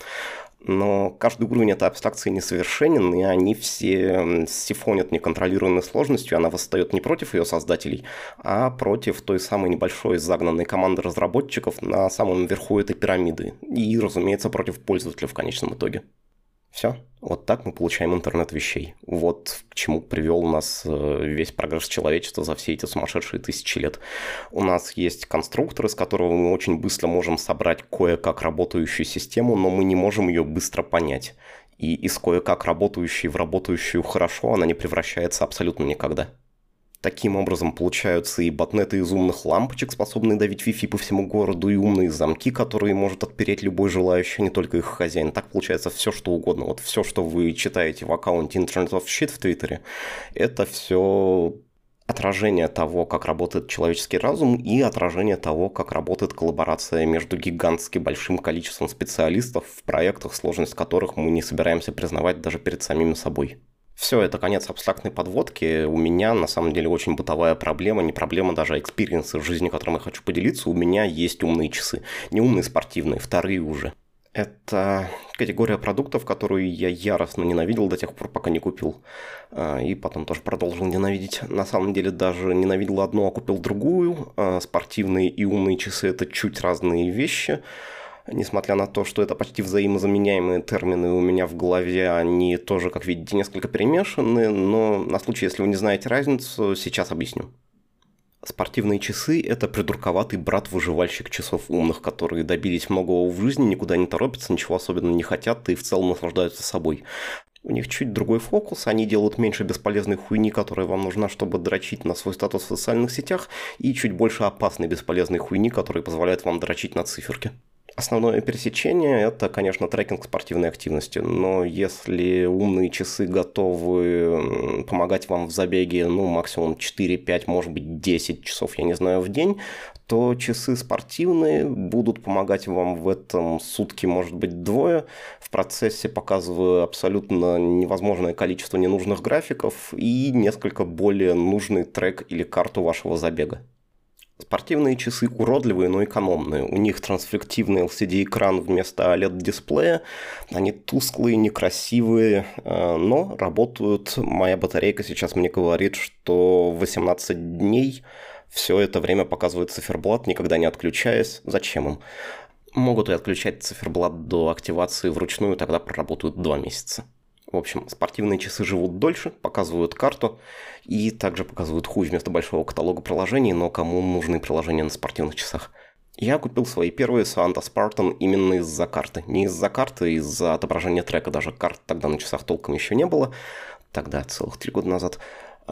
Но каждый уровень этой абстракции несовершенен, и они все сифонят неконтролируемой сложностью, она восстает не против ее создателей, а против той самой небольшой загнанной команды разработчиков на самом верху этой пирамиды. И, разумеется, против пользователя в конечном итоге. Все. Вот так мы получаем интернет вещей. Вот к чему привел нас весь прогресс человечества за все эти сумасшедшие тысячи лет. У нас есть конструктор, из которого мы очень быстро можем собрать кое-как работающую систему, но мы не можем ее быстро понять. И из кое-как работающей в работающую хорошо она не превращается абсолютно никогда. Таким образом получаются и ботнеты из умных лампочек, способные давить Wi-Fi по всему городу, и умные замки, которые может отпереть любой желающий, не только их хозяин. Так получается все, что угодно. Вот все, что вы читаете в аккаунте Internet of Shit в Твиттере, это все отражение того, как работает человеческий разум, и отражение того, как работает коллаборация между гигантски большим количеством специалистов в проектах, сложность которых мы не собираемся признавать даже перед самими собой. Все, это конец абстрактной подводки. У меня, на самом деле, очень бытовая проблема, не проблема даже, а экспириенсы в жизни, которым я хочу поделиться. У меня есть умные часы. Не умные спортивные, вторые уже. Это категория продуктов, которую я яростно ненавидел до тех пор, пока не купил. И потом тоже продолжил ненавидеть. На самом деле даже ненавидел одну, а купил другую. Спортивные и умные часы – это чуть разные вещи. Несмотря на то, что это почти взаимозаменяемые термины у меня в голове, они тоже, как видите, несколько перемешаны, но на случай, если вы не знаете разницу, сейчас объясню. Спортивные часы – это придурковатый брат-выживальщик часов умных, которые добились многого в жизни, никуда не торопятся, ничего особенно не хотят и в целом наслаждаются собой. У них чуть другой фокус, они делают меньше бесполезной хуйни, которая вам нужна, чтобы дрочить на свой статус в социальных сетях, и чуть больше опасной бесполезной хуйни, которая позволяет вам дрочить на циферки. Основное пересечение – это, конечно, трекинг спортивной активности, но если умные часы готовы помогать вам в забеге, максимум 4-5, может быть 10 часов, я не знаю, в день, то часы спортивные будут помогать вам в этом сутки, может быть, двое, в процессе показывая абсолютно невозможное количество ненужных графиков и несколько более нужный трек или карту вашего забега. Спортивные часы уродливые, но экономные. У них трансфлективный LCD-экран вместо OLED-дисплея. Они тусклые, некрасивые, но работают. Моя батарейка сейчас мне говорит, что 18 дней все это время показывает циферблат, никогда не отключаясь. Зачем им? Могут и отключать циферблат до активации вручную, тогда проработают 2 месяца. В общем, спортивные часы живут дольше, показывают карту и также показывают хуй вместо большого каталога приложений, но кому нужны приложения на спортивных часах? Я купил свои первые Saanta Spartan именно из-за карты. Не из-за карты, а из-за отображения трека. Даже карт тогда на часах толком еще не было. Тогда, целых 3 года назад.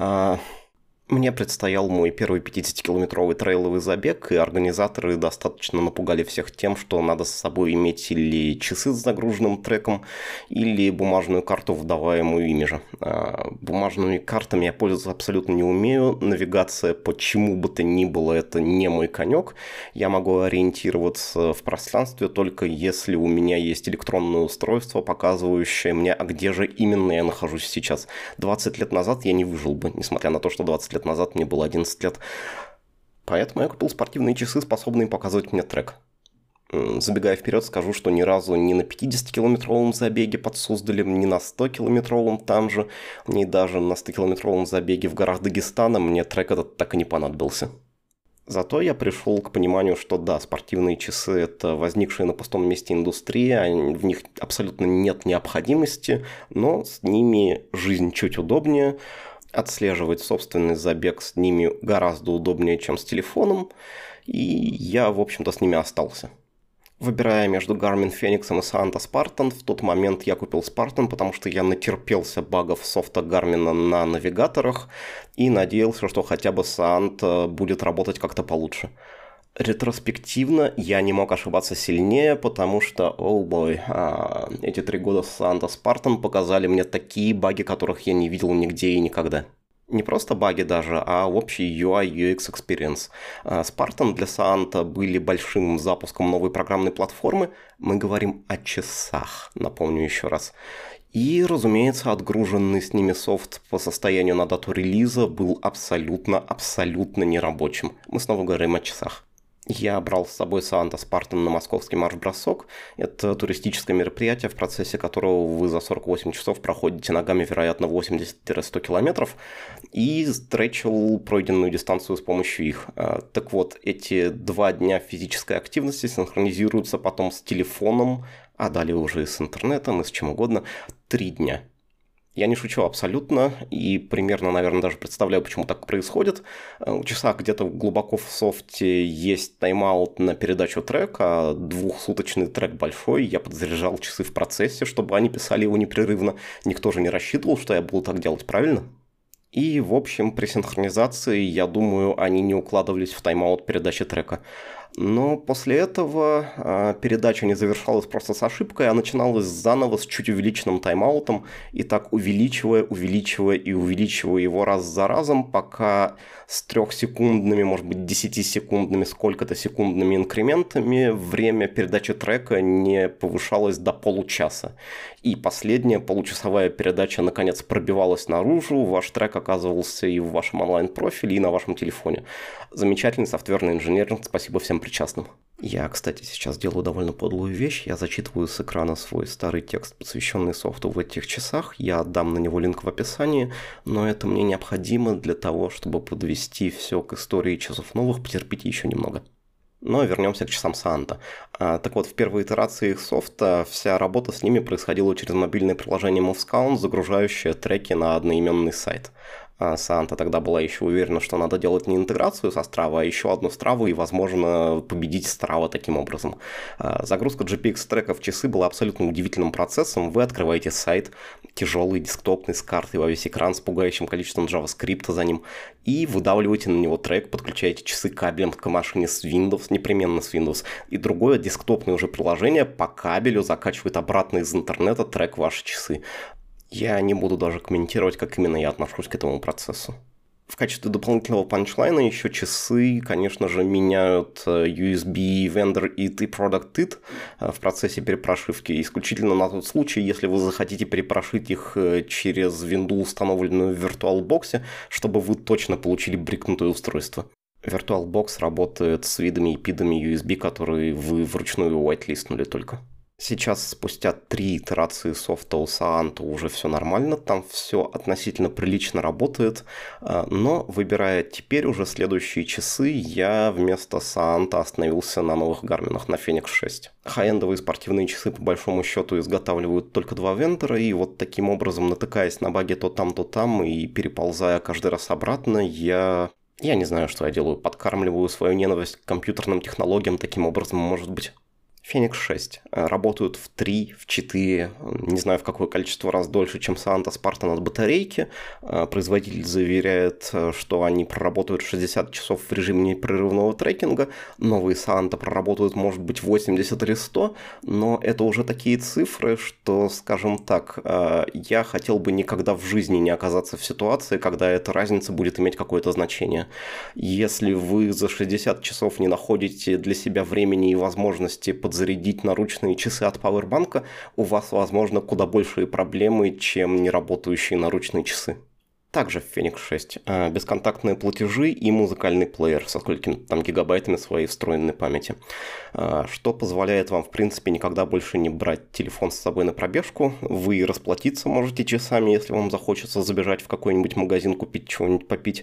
Мне предстоял мой первый 50-километровый трейловый забег, и организаторы достаточно напугали всех тем, что надо с собой иметь или часы с загруженным треком, или бумажную карту, выдаваемую ими же. Бумажными картами я пользоваться абсолютно не умею, навигация почему бы то ни было это не мой конек. Я могу ориентироваться в пространстве только если у меня есть электронное устройство, показывающее мне, а где же именно я нахожусь сейчас. 20 лет назад я не выжил бы, несмотря на то, что 20 лет назад мне было 11 лет. Поэтому я купил спортивные часы, способные показывать мне трек. Забегая вперед, скажу, что ни разу ни на 50-километровом забеге под Суздалем, ни на 100-километровом там же, ни даже на 100-километровом забеге в горах Дагестана мне трек этот так и не понадобился. Зато я пришел к пониманию, что да, спортивные часы – это возникшая на пустом месте индустрия, в них абсолютно нет необходимости, но с ними жизнь чуть удобнее. Отслеживать собственный забег с ними гораздо удобнее, чем с телефоном, и я, в общем-то, с ними остался. Выбирая между Garmin Fenix и Saanta Spartan, в тот момент я купил Spartan, потому что я натерпелся багов софта Garmin на навигаторах и надеялся, что хотя бы Saanta будет работать как-то получше. Ретроспективно я не мог ошибаться сильнее, потому что, эти 3 года с Saanta Spartan показали мне такие баги, которых я не видел нигде и никогда. Не просто баги даже, а общий UI UX experience. Spartan для Saanta были большим запуском новой программной платформы. Мы говорим о часах, напомню еще раз. И, разумеется, отгруженный с ними софт по состоянию на дату релиза был абсолютно нерабочим. Мы снова говорим о часах. Я брал с собой Saanta Spartan на московский марш-бросок. Это туристическое мероприятие, в процессе которого вы за 48 часов проходите ногами, вероятно, 80-100 километров и стретчил пройденную дистанцию с помощью их. Так вот, эти 2 дня физической активности синхронизируются потом с телефоном, а далее уже и с интернетом, и с чем угодно, 3 дня. Я не шучу абсолютно, и примерно, наверное, даже представляю, почему так происходит. У часа где-то глубоко в софте есть тайм-аут на передачу трека, 2-суточный трек большой, я подзаряжал часы в процессе, чтобы они писали его непрерывно. Никто же не рассчитывал, что я буду так делать, правильно? И, в общем, при синхронизации, я думаю, они не укладывались в тайм-аут передачи трека. Но после этого передача не завершалась просто с ошибкой, а начиналась заново с чуть увеличенным тайм-аутом, и так увеличивая его раз за разом, пока с 3-секундными, может быть 10-секундными, сколько-то секундными инкрементами время передачи трека не повышалось до получаса. И последняя получасовая передача наконец пробивалась наружу, ваш трек оказывался и в вашем онлайн-профиле, и на вашем телефоне. Замечательный софтверный инженеринг, спасибо всем причастным. Я, кстати, сейчас делаю довольно подлую вещь. Я зачитываю с экрана свой старый текст, посвященный софту в этих часах. Я отдам на него линк в описании, но это мне необходимо для того, чтобы подвести все к истории часов новых. Потерпите еще немного. Но вернемся к часам Saanta. Так вот, в первой итерации их софта вся работа с ними происходила через мобильное приложение MovesCount, загружающее треки на одноименный сайт. Saanta тогда была еще уверена, что надо делать не интеграцию со Strava, а еще одну Strava и, возможно, победить Strava таким образом. Загрузка GPX-треков в часы была абсолютно удивительным процессом. Вы открываете сайт, тяжелый, десктопный, с картой во весь экран, с пугающим количеством JavaScript за ним, и выдавливаете на него трек, подключаете часы кабелем к машине с Windows, непременно с Windows, и другое десктопное уже приложение по кабелю закачивает обратно из интернета трек в ваши часы. Я не буду даже комментировать, как именно я отношусь к этому процессу. В качестве дополнительного панчлайна еще часы, конечно же, меняют USB Vendor IT и Product IT в процессе перепрошивки, исключительно на тот случай, если вы захотите перепрошить их через винду, установленную в VirtualBox, чтобы вы точно получили брикнутое устройство. VirtualBox работает с видами и пидами USB, которые вы вручную whitelistнули только. Сейчас, спустя 3 итерации софта у Saanta уже все нормально, там все относительно прилично работает, но выбирая теперь уже следующие часы, я вместо Saanta остановился на новых Гарминах, на Fenix 6. Хай-эндовые спортивные часы по большому счету изготавливают только 2 вендора, и вот таким образом, натыкаясь на баги то там и переползая каждый раз обратно, я Я не знаю, что я делаю, подкармливаю свою ненависть к компьютерным технологиям таким образом, может быть. Phoenix 6 работают в 3, в 4, не знаю в какое количество раз дольше, чем Санта Спарта от батарейки. Производитель заверяет, что они проработают 60 часов в режиме непрерывного трекинга. Новые Санта проработают, может быть, 80 или 100, но это уже такие цифры, что, скажем так, я хотел бы никогда в жизни не оказаться в ситуации, когда эта разница будет иметь какое-то значение. Если вы за 60 часов не находите для себя времени и возможности подзарядить наручные часы от пауэрбанка, у вас, возможно, куда большие проблемы, чем неработающие наручные часы. Также в Phoenix 6 бесконтактные платежи и музыкальный плеер со сколькими-то там гигабайтами своей встроенной памяти, что позволяет вам, в принципе, никогда больше не брать телефон с собой на пробежку. Вы расплатиться можете часами, если вам захочется забежать в какой-нибудь магазин, купить чего-нибудь попить.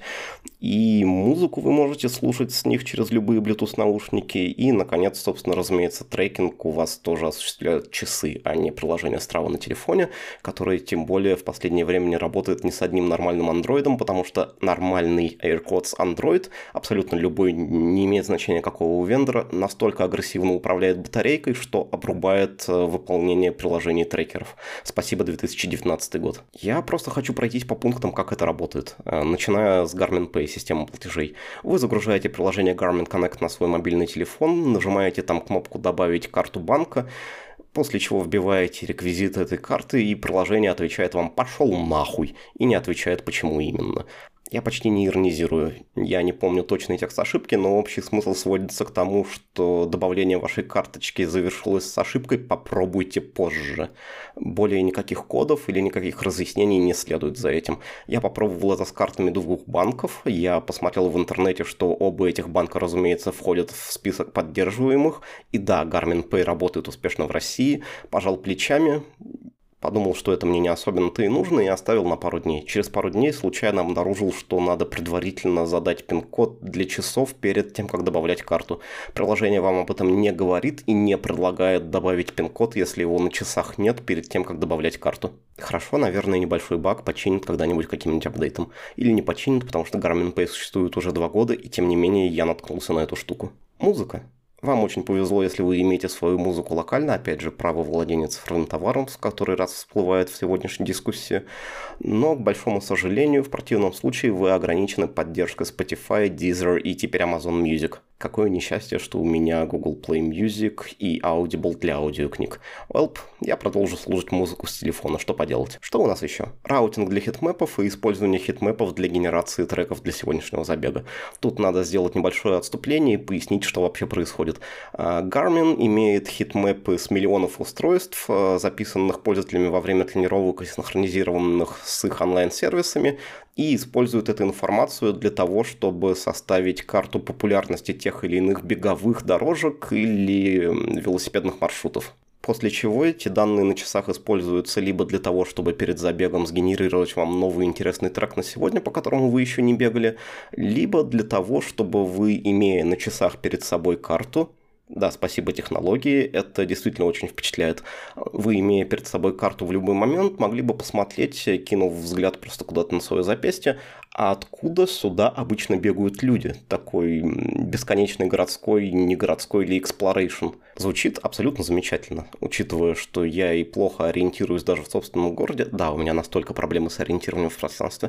И музыку вы можете слушать с них через любые Bluetooth-наушники. И, наконец, собственно, разумеется, трекинг у вас тоже осуществляют часы, а не приложение Strava на телефоне, которое, тем более, в последнее время не работает ни с одним нормальным андроидом, потому что нормальный AirPods Android, абсолютно любой, не имеет значения какого у вендора, настолько агрессивно управляет батарейкой, что обрубает выполнение приложений трекеров. Спасибо, 2019 год. Я просто хочу пройтись по пунктам, как это работает, начиная с Garmin Pay, системы платежей. Вы загружаете приложение Garmin Connect на свой мобильный телефон, нажимаете там кнопку «Добавить карту банка», после чего вбиваете реквизиты этой карты, и приложение отвечает вам «пошел нахуй» и не отвечает, почему именно. Я почти не иронизирую, я не помню точный текст ошибки, но общий смысл сводится к тому, что добавление вашей карточки завершилось с ошибкой, попробуйте позже. Более никаких кодов или никаких разъяснений не следует за этим. Я попробовал это с картами двух банков, я посмотрел в интернете, что оба этих банка, разумеется, входят в список поддерживаемых, и да, Garmin Pay работает успешно в России, пожал плечами. Подумал, что это мне не особенно-то и нужно, и оставил на пару дней. Через пару дней случайно обнаружил, что надо предварительно задать пин-код для часов перед тем, как добавлять карту. Приложение вам об этом не говорит и не предлагает добавить пин-код, если его на часах нет, перед тем, как добавлять карту. Хорошо, наверное, небольшой баг починит когда-нибудь каким-нибудь апдейтом. Или не починит, потому что Garmin Pay существует уже 2 года, и тем не менее я наткнулся на эту штуку. Музыка. Вам очень повезло, если вы имеете свою музыку локально, опять же, право владения цифровым товаром, в который раз всплывает в сегодняшней дискуссии. Но, к большому сожалению, в противном случае вы ограничены поддержкой Spotify, Deezer и теперь Amazon Music. Какое несчастье, что у меня Google Play Music и Audible для аудиокниг. Welp, я продолжу слушать музыку с телефона, что поделать. Что у нас еще? Раутинг для хитмэпов и использование хитмэпов для генерации треков для сегодняшнего забега. Тут надо сделать небольшое отступление и пояснить, что вообще происходит. Garmin имеет хитмэпы с миллионов устройств, записанных пользователями во время тренировок и синхронизированных с их онлайн-сервисами, и используют эту информацию для того, чтобы составить карту популярности тех или иных беговых дорожек или велосипедных маршрутов. После чего эти данные на часах используются либо для того, чтобы перед забегом сгенерировать вам новый интересный трек на сегодня, по которому вы еще не бегали, либо для того, чтобы вы, имея на часах перед собой карту, да, спасибо технологии, это действительно очень впечатляет. Вы, имея перед собой карту в любой момент, могли бы посмотреть, кинув взгляд просто куда-то на свое запястье, а откуда сюда обычно бегают люди? Такой бесконечный городской, негородской или exploration. Звучит абсолютно замечательно, учитывая, что я и плохо ориентируюсь даже в собственном городе. Да, у меня настолько проблемы с ориентированием в пространстве.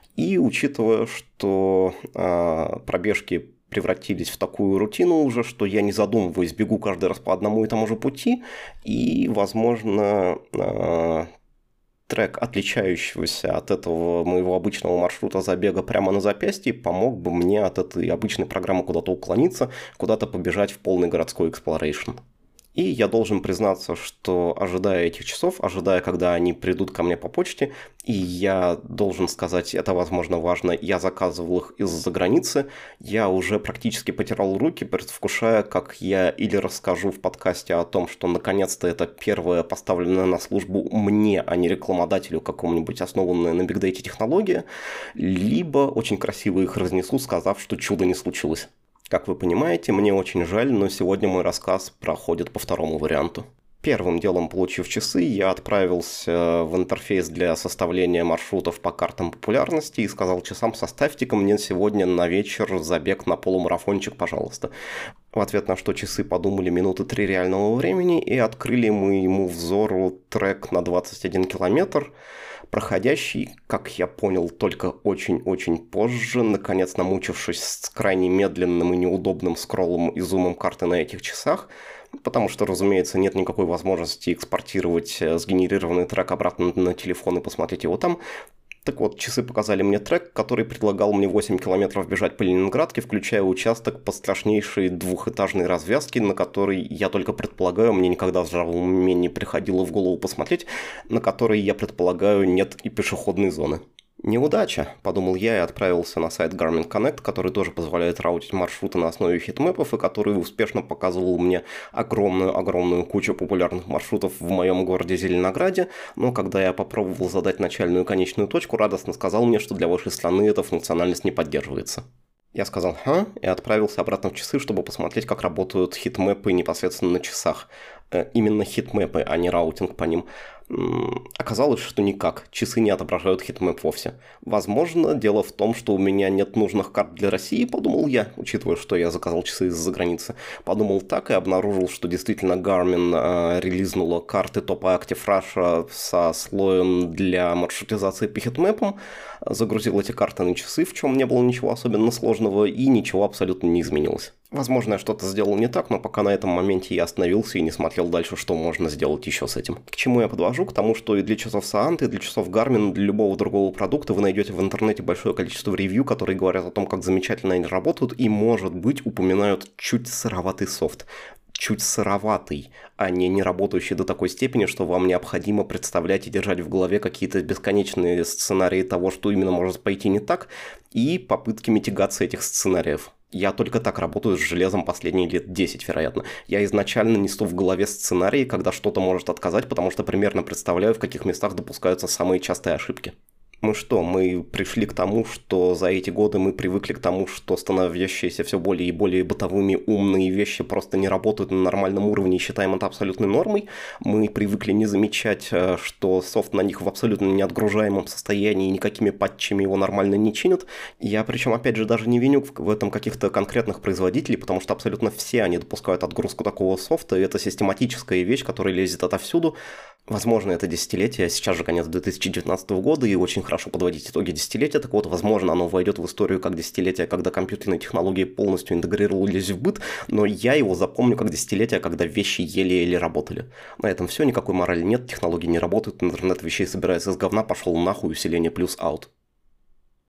И учитывая, что пробежки превратились в такую рутину уже, что я не задумываюсь, бегу каждый раз по одному и тому же пути, и, возможно, трек, отличающийся от этого моего обычного маршрута забега прямо на запястье, помог бы мне от этой обычной программы куда-то уклониться, куда-то побежать в полный городской exploration. И я должен признаться, что ожидая этих часов, ожидая, когда они придут ко мне по почте, и я должен сказать, это, возможно, важно, я заказывал их из-за границы, я уже практически потирал руки, предвкушая, как я или расскажу в подкасте о том, что наконец-то это первая поставленная на службу мне, а не рекламодателю какому-нибудь основанная на бигдейте технология, либо очень красиво их разнесу, сказав, что чудо не случилось. Как вы понимаете, мне очень жаль, но сегодня мой рассказ проходит по второму варианту. Первым делом, получив часы, я отправился в интерфейс для составления маршрутов по картам популярности и сказал часам: составьте-ка мне сегодня на вечер забег на полумарафончик, пожалуйста. В ответ на что часы подумали минуты 3 реального времени и открыли моему взору трек на 21 километр, проходящий, как я понял, только очень-очень позже, наконец намучившись с крайне медленным и неудобным скроллом и зумом карты на этих часах, потому что, разумеется, нет никакой возможности экспортировать сгенерированный трек обратно на телефон и посмотреть его там. Так вот, часы показали мне трек, который предлагал мне 8 километров бежать по Ленинградке, включая участок по страшнейшей двухэтажной развязке, на который, я только предполагаю, мне никогда в здравом уме не приходило в голову посмотреть, на которой, я предполагаю, нет и пешеходной зоны. «Неудача», — подумал я и отправился на сайт Garmin Connect, который тоже позволяет раутить маршруты на основе хитмэпов и который успешно показывал мне огромную кучу популярных маршрутов в моем городе Зеленограде, но когда я попробовал задать начальную и конечную точку, радостно сказал мне, что для вашей страны эта функциональность не поддерживается. Я сказал «ха» и отправился обратно в часы, чтобы посмотреть, как работают хитмэпы непосредственно на часах. Именно хитмэпы, а не раутинг по ним. Оказалось, что никак. Часы не отображают хитмэп вовсе. Возможно, дело в том, что у меня нет нужных карт для России, подумал я, учитывая, что я заказал часы из-за границы. Подумал так и обнаружил, что действительно Garmin релизнула карты Top Active Russia со слоем для маршрутизации по хитмэпам, загрузил эти карты на часы, в чем не было ничего особенно сложного, и ничего абсолютно не изменилось. Возможно, я что-то сделал не так, но пока на этом моменте я остановился и не смотрел дальше, что можно сделать еще с этим. К чему я подвожу? К тому, что и для часов Seant, и для часов Garmin, для любого другого продукта вы найдете в интернете большое количество ревью, которые говорят о том, как замечательно они работают, и, может быть, упоминают чуть сыроватый софт. Чуть сыроватый, а не работающий до такой степени, что вам необходимо представлять и держать в голове какие-то бесконечные сценарии того, что именно может пойти не так, и попытки митигации этих сценариев. Я только так работаю с железом последние лет 10, вероятно. Я изначально несу в голове сценарии, когда что-то может отказать, потому что примерно представляю, в каких местах допускаются самые частые ошибки. Мы пришли к тому, что за эти годы мы привыкли к тому, что становящиеся все более и более бытовыми умные вещи просто не работают на нормальном уровне и считаем это абсолютной нормой. Мы привыкли не замечать, что софт на них в абсолютно неотгружаемом состоянии и никакими патчами его нормально не чинят. Я причем, опять же, даже не виню в этом каких-то конкретных производителей, потому что абсолютно все они допускают отгрузку такого софта, и это систематическая вещь, которая лезет отовсюду. Возможно, это десятилетие, сейчас же конец 2019 года, и очень хорошо подводить итоги десятилетия, так вот, возможно, оно войдет в историю как десятилетие, когда компьютерные технологии полностью интегрировались в быт, но я его запомню как десятилетие, когда вещи еле-еле работали. На этом все, никакой морали нет, технологии не работают, интернет вещей собирается из говна, пошел нахуй, усиление плюс аут.